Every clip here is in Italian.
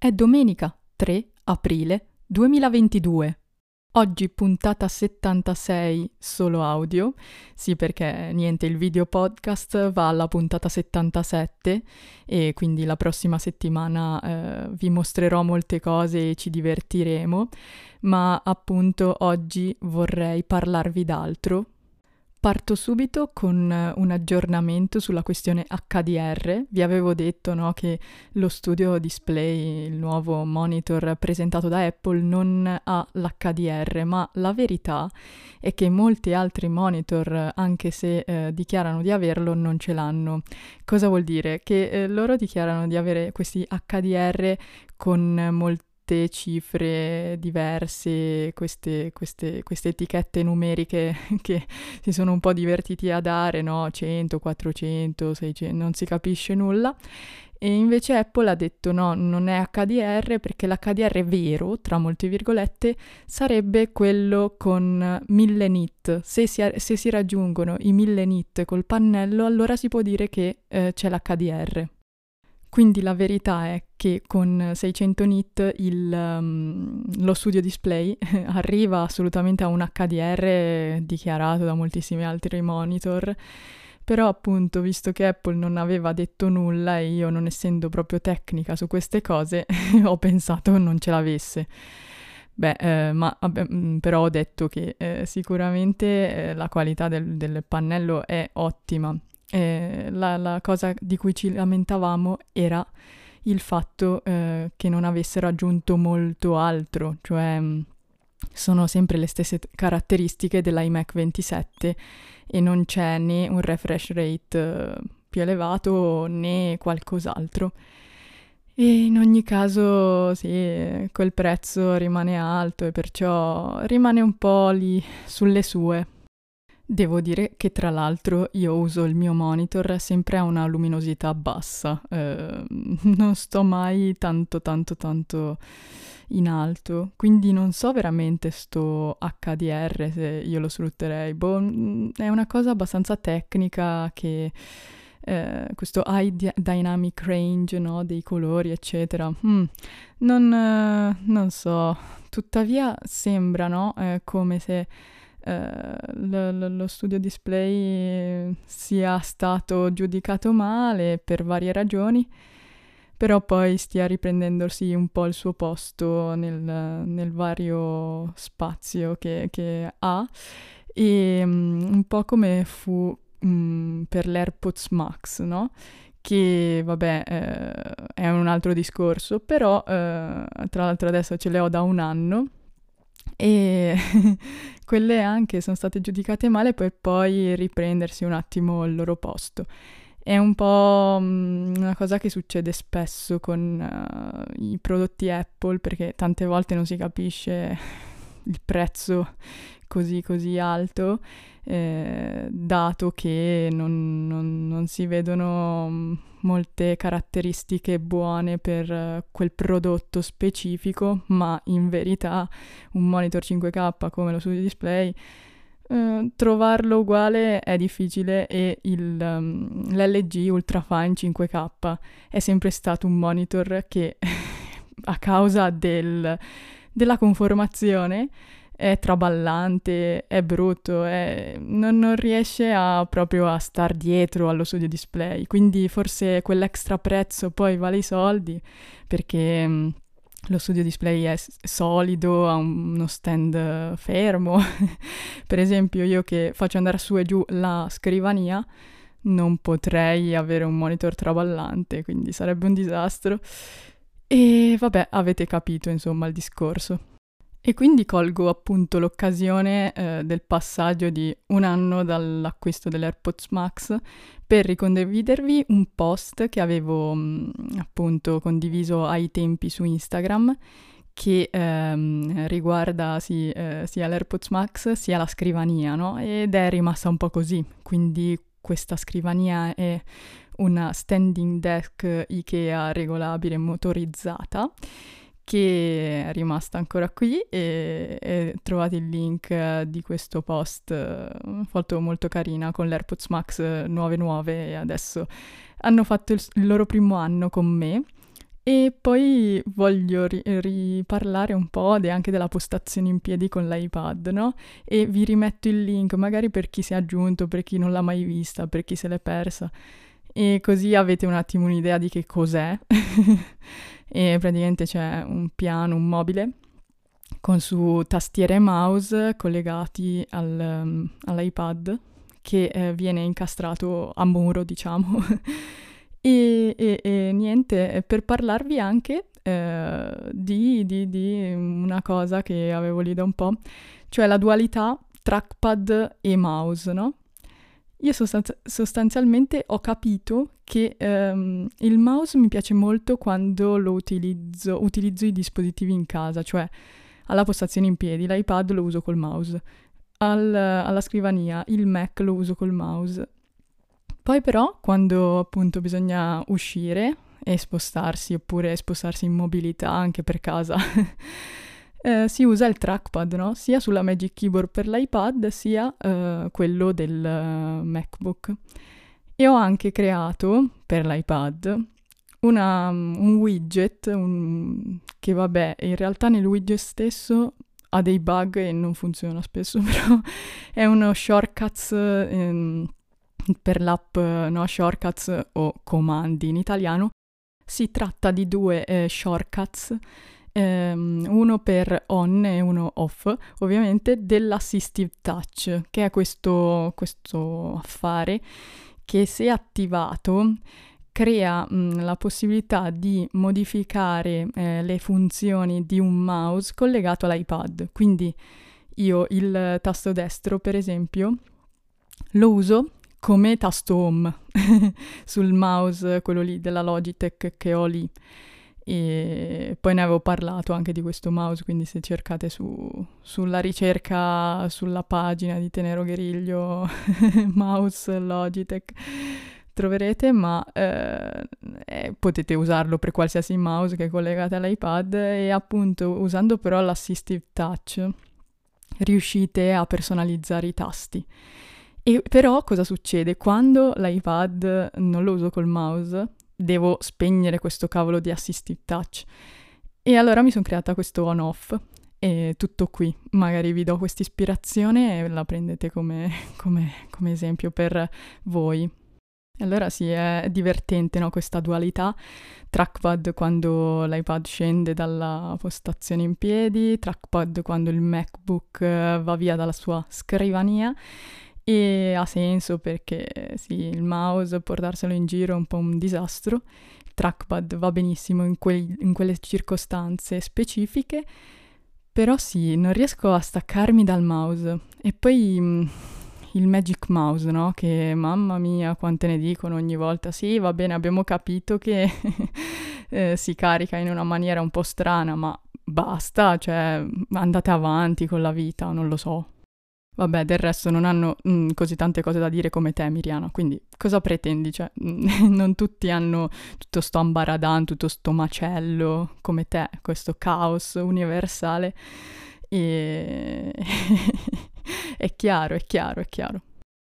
È domenica 3 aprile 2022. Oggi puntata 76 solo audio, sì perché niente, il video podcast va alla puntata 77 e quindi la prossima settimana vi mostrerò molte cose e ci divertiremo, ma appunto oggi vorrei parlarvi d'altro. Parto subito con un aggiornamento sulla questione HDR. Vi avevo detto, no, che lo Studio Display, il nuovo monitor presentato da Apple, non ha l'HDR, ma la verità è che molti altri monitor, anche se dichiarano di averlo, non ce l'hanno. Cosa vuol dire? Che loro dichiarano di avere questi HDR con molte cifre diverse, queste etichette numeriche che si sono un po' divertiti a dare, no? 100, 400, 600, non si capisce nulla. E invece Apple ha detto no, non è HDR perché l'HDR vero, tra molte virgolette, sarebbe quello con 1000 nit. Se si raggiungono i 1000 nit col pannello, allora si può dire che c'è l'HDR. Quindi la verità è che con 600 nit lo Studio Display arriva assolutamente a un HDR dichiarato da moltissimi altri monitor, però appunto visto che Apple non aveva detto nulla e io non essendo proprio tecnica su queste cose ho pensato non ce l'avesse. Però ho detto che sicuramente la qualità del pannello è ottima. La cosa di cui ci lamentavamo era il fatto che non avessero aggiunto molto altro, cioè sono sempre le stesse caratteristiche dell'iMac 27 e non c'è né un refresh rate più elevato né qualcos'altro. E in ogni caso sì, quel prezzo rimane alto e perciò rimane un po' lì sulle sue. Devo dire che tra l'altro io uso il mio monitor sempre a una luminosità bassa, non sto mai tanto in alto, quindi non so veramente sto HDR se io lo sfrutterei. È una cosa abbastanza tecnica che questo high dynamic range, no, dei colori eccetera, non so, tuttavia sembra, no, come se lo Studio Display sia stato giudicato male per varie ragioni, però poi stia riprendendosi un po' il suo posto nel vario spazio che ha, e un po' come fu per l'AirPods Max, no? Che vabbè è un altro discorso, però tra l'altro adesso ce le ho da un anno e quelle anche sono state giudicate male per poi riprendersi un attimo il loro posto. È un po' una cosa che succede spesso con i prodotti Apple, perché tante volte non si capisce il prezzo così alto, dato che non si vedono molte caratteristiche buone per quel prodotto specifico, ma in verità un monitor 5K come lo Studio Display trovarlo uguale è difficile, e l'LG Ultrafine 5K è sempre stato un monitor che a causa della conformazione è traballante, è brutto, non riesce proprio a star dietro allo Studio Display, quindi forse quell'extra prezzo poi vale i soldi, perché lo Studio Display è solido, ha uno stand fermo. Per esempio io che faccio andare su e giù la scrivania non potrei avere un monitor traballante, quindi sarebbe un disastro. E vabbè, avete capito insomma il discorso. E quindi colgo appunto l'occasione del passaggio di un anno dall'acquisto dell'AirPods Max per ricondividervi un post che avevo appunto condiviso ai tempi su Instagram, che riguarda sia l'AirPods Max sia la scrivania, no? Ed è rimasta un po' così, quindi questa scrivania è una standing desk IKEA regolabile motorizzata, che è rimasta ancora qui, e trovate il link di questo post, foto molto carina con l'AirPods Max nuove e adesso hanno fatto il loro primo anno con me E poi voglio riparlare un po' anche della postazione in piedi con l'iPad, no? E vi rimetto il link, magari per chi si è aggiunto, per chi non l'ha mai vista, per chi se l'è persa. E così avete un attimo un'idea di che cos'è. E praticamente c'è un piano, un mobile, con su tastiera e mouse collegati all'iPad, che viene incastrato a muro, diciamo. E niente, per parlarvi anche di una cosa che avevo lì da un po', cioè la dualità trackpad e mouse, no? Io sostanzialmente ho capito che il mouse mi piace molto quando lo utilizzo i dispositivi in casa, cioè alla postazione in piedi, l'iPad lo uso col mouse, alla scrivania il Mac lo uso col mouse. Poi però quando appunto bisogna uscire e spostarsi, oppure spostarsi in mobilità anche per casa, si usa il trackpad, no? Sia sulla Magic Keyboard per l'iPad, sia quello del MacBook. E ho anche creato per l'iPad un widget che vabbè, in realtà nel widget stesso ha dei bug e non funziona spesso, però è uno shortcuts per l'app, no? Shortcuts o comandi in italiano. Si tratta di due shortcuts, uno per on e uno off, ovviamente, dell'Assistive Touch, che è questo affare che, se attivato, crea la possibilità di modificare le funzioni di un mouse collegato all'iPad. Quindi io il tasto destro, per esempio, lo uso come tasto home sul mouse, quello lì della Logitech che ho lì. E poi ne avevo parlato anche di questo mouse, quindi se cercate sulla ricerca, sulla pagina di Tenero Gueriglio, mouse Logitech, troverete, ma potete usarlo per qualsiasi mouse che collegate all'iPad, e appunto usando però l'Assistive Touch riuscite a personalizzare i tasti. E però cosa succede? Quando l'iPad non lo uso col mouse, devo spegnere questo cavolo di Assistive Touch. E allora mi sono creata questo on-off. E tutto qui. Magari vi do questa ispirazione e la prendete come esempio per voi. Allora sì, è divertente, no, questa dualità. Trackpad quando l'iPad scende dalla postazione in piedi, trackpad quando il MacBook va via dalla sua scrivania. E ha senso perché sì, il mouse, portarselo in giro è un po' un disastro. Il trackpad va benissimo in quelle circostanze specifiche, però sì, non riesco a staccarmi dal mouse. E poi il Magic Mouse, no? Che mamma mia, quante ne dicono ogni volta. Sì, va bene, abbiamo capito che si carica in una maniera un po' strana, ma basta, cioè andate avanti con la vita, non lo so. Vabbè, del resto non hanno così tante cose da dire come te, Miriana, quindi cosa pretendi? Cioè, non tutti hanno tutto sto ambaradan, tutto sto macello come te, questo caos universale. E è chiaro, è chiaro, è chiaro.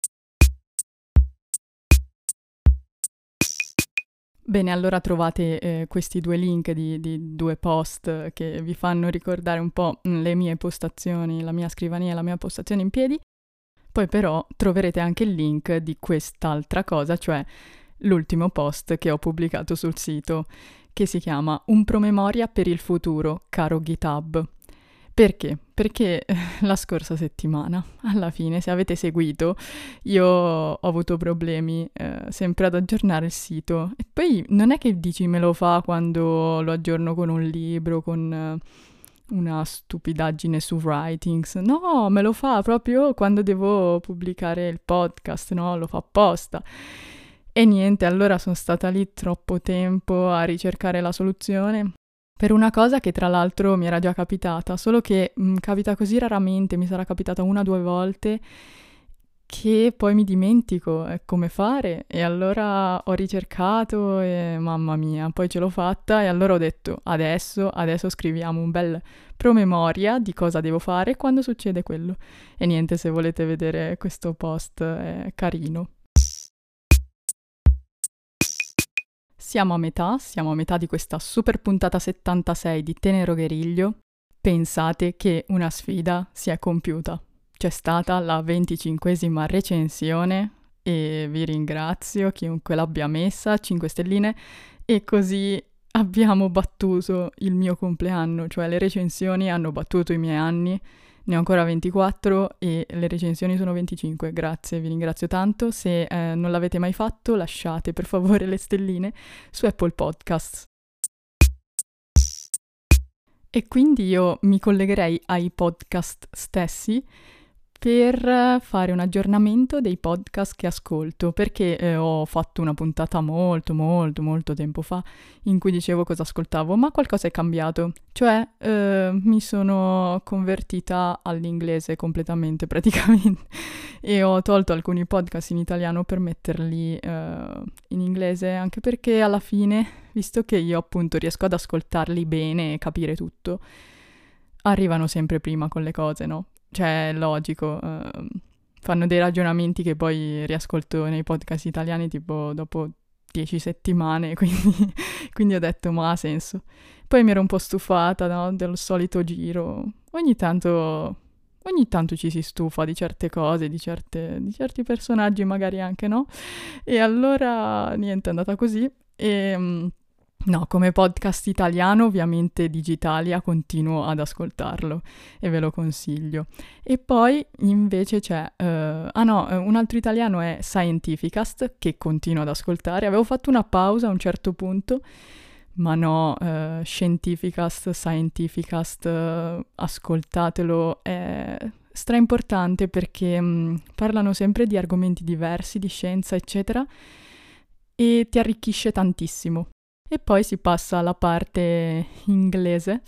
Bene, allora trovate questi due link di due post che vi fanno ricordare un po' le mie postazioni, la mia scrivania e la mia postazione in piedi. Poi però troverete anche il link di quest'altra cosa, cioè l'ultimo post che ho pubblicato sul sito, che si chiama Un promemoria per il futuro, caro GitHub. Perché? Perché la scorsa settimana, alla fine, se avete seguito, io ho avuto problemi sempre ad aggiornare il sito. E poi non è che dici me lo fa quando lo aggiorno con un libro, con una stupidaggine su Writings. No, me lo fa proprio quando devo pubblicare il podcast, no? Lo fa apposta. E niente, allora sono stata lì troppo tempo a ricercare la soluzione. Per una cosa che tra l'altro mi era già capitata, solo che capita così raramente, mi sarà capitata una o due volte, che poi mi dimentico come fare, e allora ho ricercato e mamma mia, poi ce l'ho fatta, e allora ho detto adesso scriviamo un bel promemoria di cosa devo fare quando succede quello. E niente, se volete vedere questo post è carino. siamo a metà di questa super puntata 76 di Tenero Gueriglio. Pensate che una sfida si è compiuta. C'è stata la 25esima recensione e vi ringrazio chiunque l'abbia messa, 5 stelline, e così abbiamo battuto il mio compleanno, cioè le recensioni hanno battuto i miei anni. Ne ho ancora 24 e le recensioni sono 25, grazie, vi ringrazio tanto. Se non l'avete mai fatto, lasciate per favore le stelline su Apple Podcasts. E quindi io mi collegherei ai podcast stessi per fare un aggiornamento dei podcast che ascolto, perché ho fatto una puntata molto tempo fa in cui dicevo cosa ascoltavo, ma qualcosa è cambiato, cioè mi sono convertita all'inglese completamente praticamente e ho tolto alcuni podcast in italiano per metterli in inglese, anche perché alla fine, visto che io appunto riesco ad ascoltarli bene e capire tutto, arrivano sempre prima con le cose, no? Cioè, è logico, fanno dei ragionamenti che poi riascolto nei podcast italiani tipo dopo 10 settimane, quindi ho detto, ma ha senso. Poi mi ero un po' stufata, no, del solito giro. Ogni tanto ci si stufa di certe cose, di certi personaggi magari anche, no? E allora, niente, è andata così. No, come podcast italiano, ovviamente Digitalia, continuo ad ascoltarlo e ve lo consiglio. E poi invece c'è, un altro italiano è Scientificast, che continuo ad ascoltare. Avevo fatto una pausa a un certo punto, ma no, Scientificast, ascoltatelo, è straimportante perché parlano sempre di argomenti diversi, di scienza, eccetera, e ti arricchisce tantissimo. E poi si passa alla parte inglese.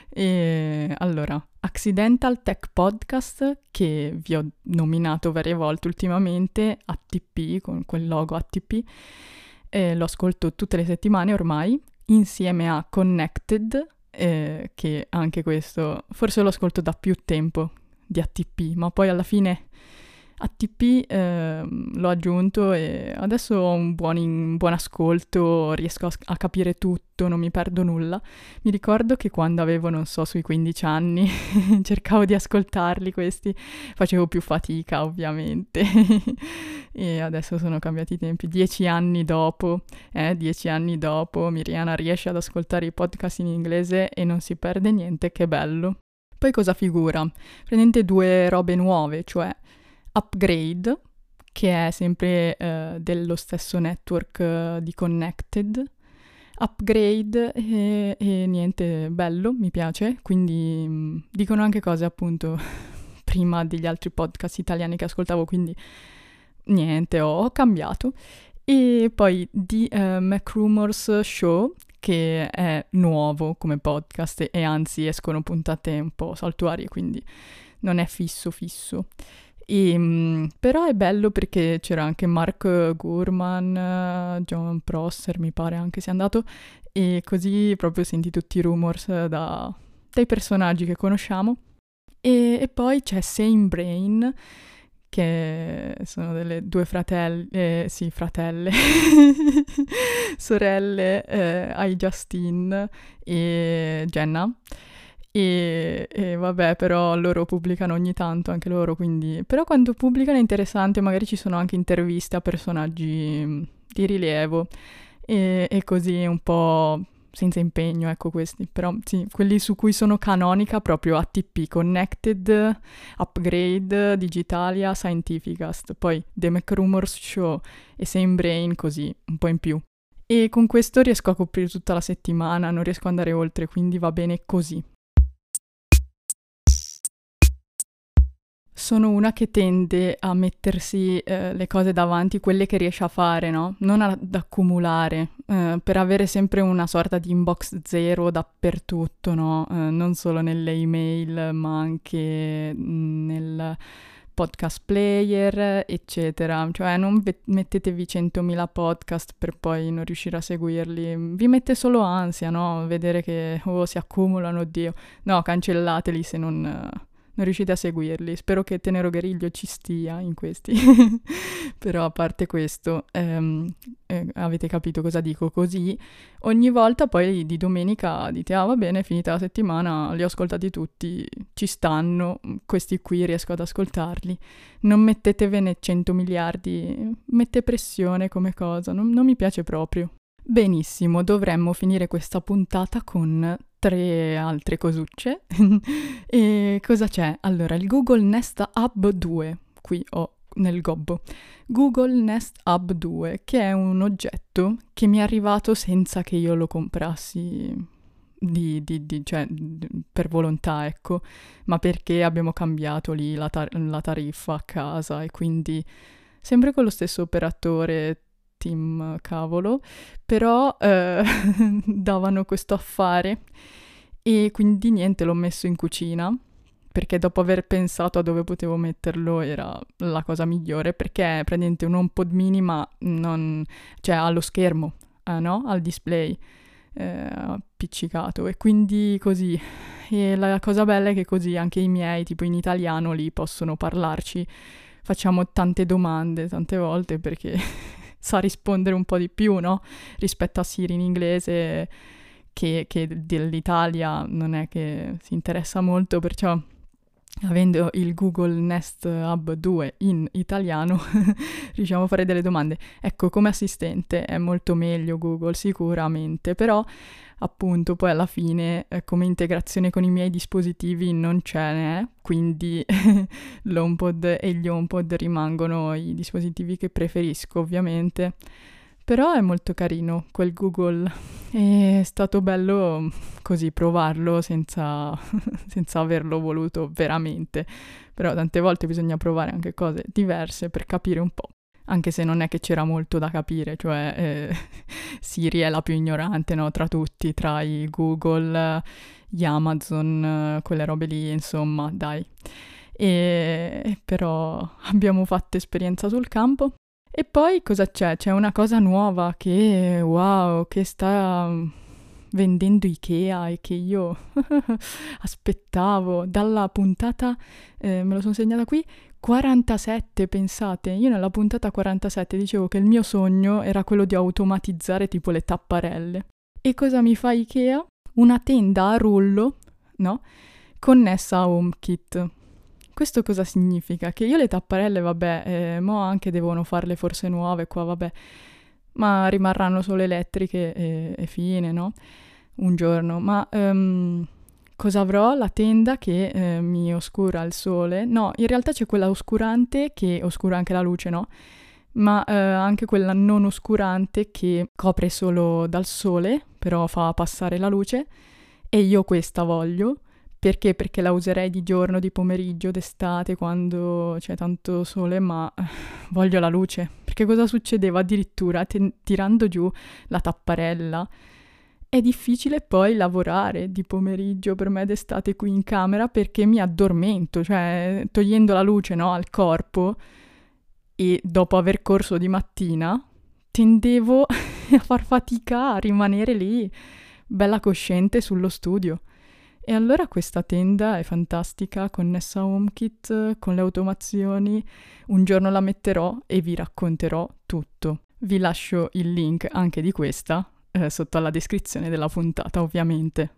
E allora, Accidental Tech Podcast, che vi ho nominato varie volte ultimamente, ATP, con quel logo ATP, lo ascolto tutte le settimane ormai, insieme a Connected, che anche questo, forse lo ascolto da più tempo di ATP, ma poi alla fine ATP l'ho aggiunto e adesso ho un buon ascolto, riesco a capire tutto, non mi perdo nulla. Mi ricordo che quando avevo, non so, sui 15 anni, cercavo di ascoltarli questi, facevo più fatica ovviamente. E adesso sono cambiati i tempi. 10 anni dopo, Miriana riesce ad ascoltare i podcast in inglese e non si perde niente, che bello. Poi cosa figura? Prendete due robe nuove, cioè Upgrade, che è sempre dello stesso network di Connected. Upgrade e niente, bello, mi piace, quindi dicono anche cose appunto prima degli altri podcast italiani che ascoltavo, quindi niente, ho cambiato. E poi di MacRumors Show, che è nuovo come podcast e anzi escono puntate un po' saltuarie, quindi non è fisso. Però è bello perché c'era anche Mark Gurman, John Prosser mi pare anche sia andato, e così proprio senti tutti i rumors dai personaggi che conosciamo. E poi c'è Same Brain, che sono delle due fratelle, sorelle, ai Justine e Jenna. E vabbè, però loro pubblicano ogni tanto anche loro, quindi... Però quando pubblicano è interessante, magari ci sono anche interviste a personaggi di rilievo e così un po' senza impegno, ecco questi. Però sì, quelli su cui sono canonica proprio ATP, Connected, Upgrade, Digitalia, Scientificast, poi The MacRumors Show e Same Brain, così, un po' in più. E con questo riesco a coprire tutta la settimana, non riesco ad andare oltre, quindi va bene così. Sono una che tende a mettersi le cose davanti, quelle che riesce a fare, no? Non ad accumulare, per avere sempre una sorta di inbox zero dappertutto, no? Non solo nelle email, ma anche nel podcast player, eccetera. Cioè non mettetevi 100.000 podcast per poi non riuscire a seguirli. Vi mette solo ansia, no? Vedere che si accumulano, oddio. No, cancellateli se non non riuscite a seguirli. Spero che Tenero Gueriglio ci stia in questi. Però a parte questo, avete capito cosa dico? Così ogni volta poi di domenica dite va bene, è finita la settimana, li ho ascoltati tutti, ci stanno, questi qui riesco ad ascoltarli. Non mettetevene 100 miliardi, mette pressione come cosa, non mi piace proprio. Benissimo, dovremmo finire questa puntata con 3 altre cosucce. E cosa c'è? Allora, il Google Nest Hub 2, qui ho nel gobbo. Google Nest Hub 2, che è un oggetto che mi è arrivato senza che io lo comprassi cioè, per volontà, ecco, ma perché abbiamo cambiato lì la tariffa a casa e quindi sempre con lo stesso operatore team cavolo, però davano questo affare e quindi niente, l'ho messo in cucina perché dopo aver pensato a dove potevo metterlo era la cosa migliore, perché è praticamente un HomePod mini ma non, cioè ha lo schermo, no? Al display appiccicato e quindi così. E la cosa bella è che così anche i miei, tipo in italiano, lì possono parlarci, facciamo tante domande tante volte perché sa rispondere un po' di più, no? Rispetto a Siri in inglese, che dell'Italia non è che si interessa molto, perciò avendo il Google Nest Hub 2 in italiano riusciamo a fare delle domande. Ecco, come assistente è molto meglio Google sicuramente, però appunto poi alla fine come integrazione con i miei dispositivi non ce n'è, quindi l'HomePod e gli HomePod rimangono i dispositivi che preferisco ovviamente. Però è molto carino quel Google, è stato bello così provarlo senza averlo voluto veramente, però tante volte bisogna provare anche cose diverse per capire un po', anche se non è che c'era molto da capire, cioè Siri è la più ignorante, no, tra tutti, tra i Google, gli Amazon, quelle robe lì, insomma, dai. E però abbiamo fatto esperienza sul campo. E poi cosa c'è? C'è una cosa nuova che, wow, che sta vendendo Ikea e che io aspettavo dalla puntata, me lo sono segnata qui, 47, pensate. Io nella puntata 47 dicevo che il mio sogno era quello di automatizzare tipo le tapparelle. E cosa mi fa Ikea? Una tenda a rullo, no? Connessa a HomeKit. Questo cosa significa? Che io le tapparelle, vabbè, mo anche devono farle forse nuove qua, vabbè, ma rimarranno solo elettriche e fine, no? Un giorno. Ma cosa avrò? La tenda che mi oscura il sole? No, in realtà c'è quella oscurante che oscura anche la luce, no? Ma anche quella non oscurante che copre solo dal sole, però fa passare la luce, e io questa voglio. Perché? Perché la userei di giorno, di pomeriggio, d'estate, quando c'è tanto sole, ma voglio la luce. Perché cosa succedeva? Addirittura tirando giù la tapparella è difficile poi lavorare di pomeriggio per me d'estate qui in camera perché mi addormento, cioè togliendo la luce, no, al corpo e dopo aver corso di mattina tendevo a far fatica a rimanere lì bella cosciente sullo studio. E allora questa tenda è fantastica, connessa a HomeKit, con le automazioni. Un giorno la metterò e vi racconterò tutto. Vi lascio il link anche di questa sotto alla descrizione della puntata, ovviamente.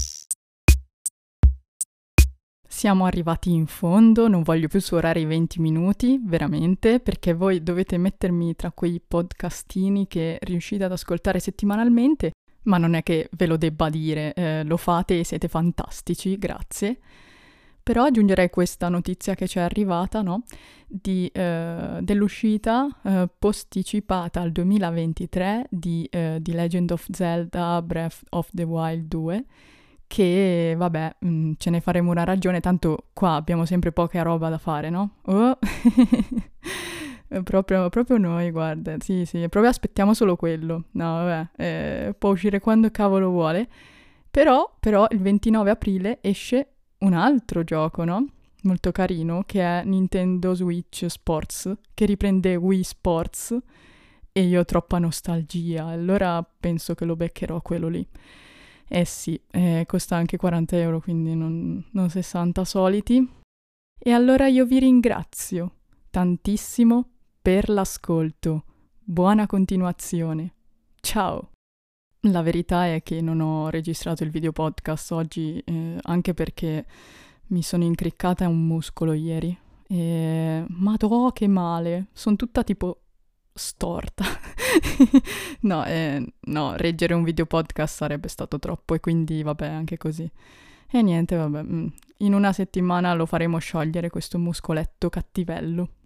Siamo arrivati in fondo, non voglio più sforare i 20 minuti, veramente, perché voi dovete mettermi tra quei podcastini che riuscite ad ascoltare settimanalmente. Ma non è che ve lo debba dire, lo fate e siete fantastici, grazie. Però aggiungerei questa notizia che ci è arrivata, no? Dell'uscita posticipata al 2023 di The Legend of Zelda Breath of the Wild 2, che vabbè, ce ne faremo una ragione, tanto qua abbiamo sempre poca roba da fare, no? Oh! Proprio noi, guarda, sì, proprio aspettiamo solo quello. No, vabbè, può uscire quando cavolo vuole. Però il 29 aprile esce un altro gioco, no? Molto carino, che è Nintendo Switch Sports, che riprende Wii Sports, e io ho troppa nostalgia, allora penso che lo beccherò quello lì. Eh sì, costa anche 40 euro, quindi non 60 soliti. E allora io vi ringrazio tantissimo per l'ascolto. Buona continuazione. Ciao! La verità è che non ho registrato il video podcast oggi, anche perché mi sono incriccata un muscolo ieri. E madò che male, sono tutta tipo storta. No, reggere un video podcast sarebbe stato troppo e quindi vabbè, anche così. E niente, vabbè, in una settimana lo faremo sciogliere questo muscoletto cattivello.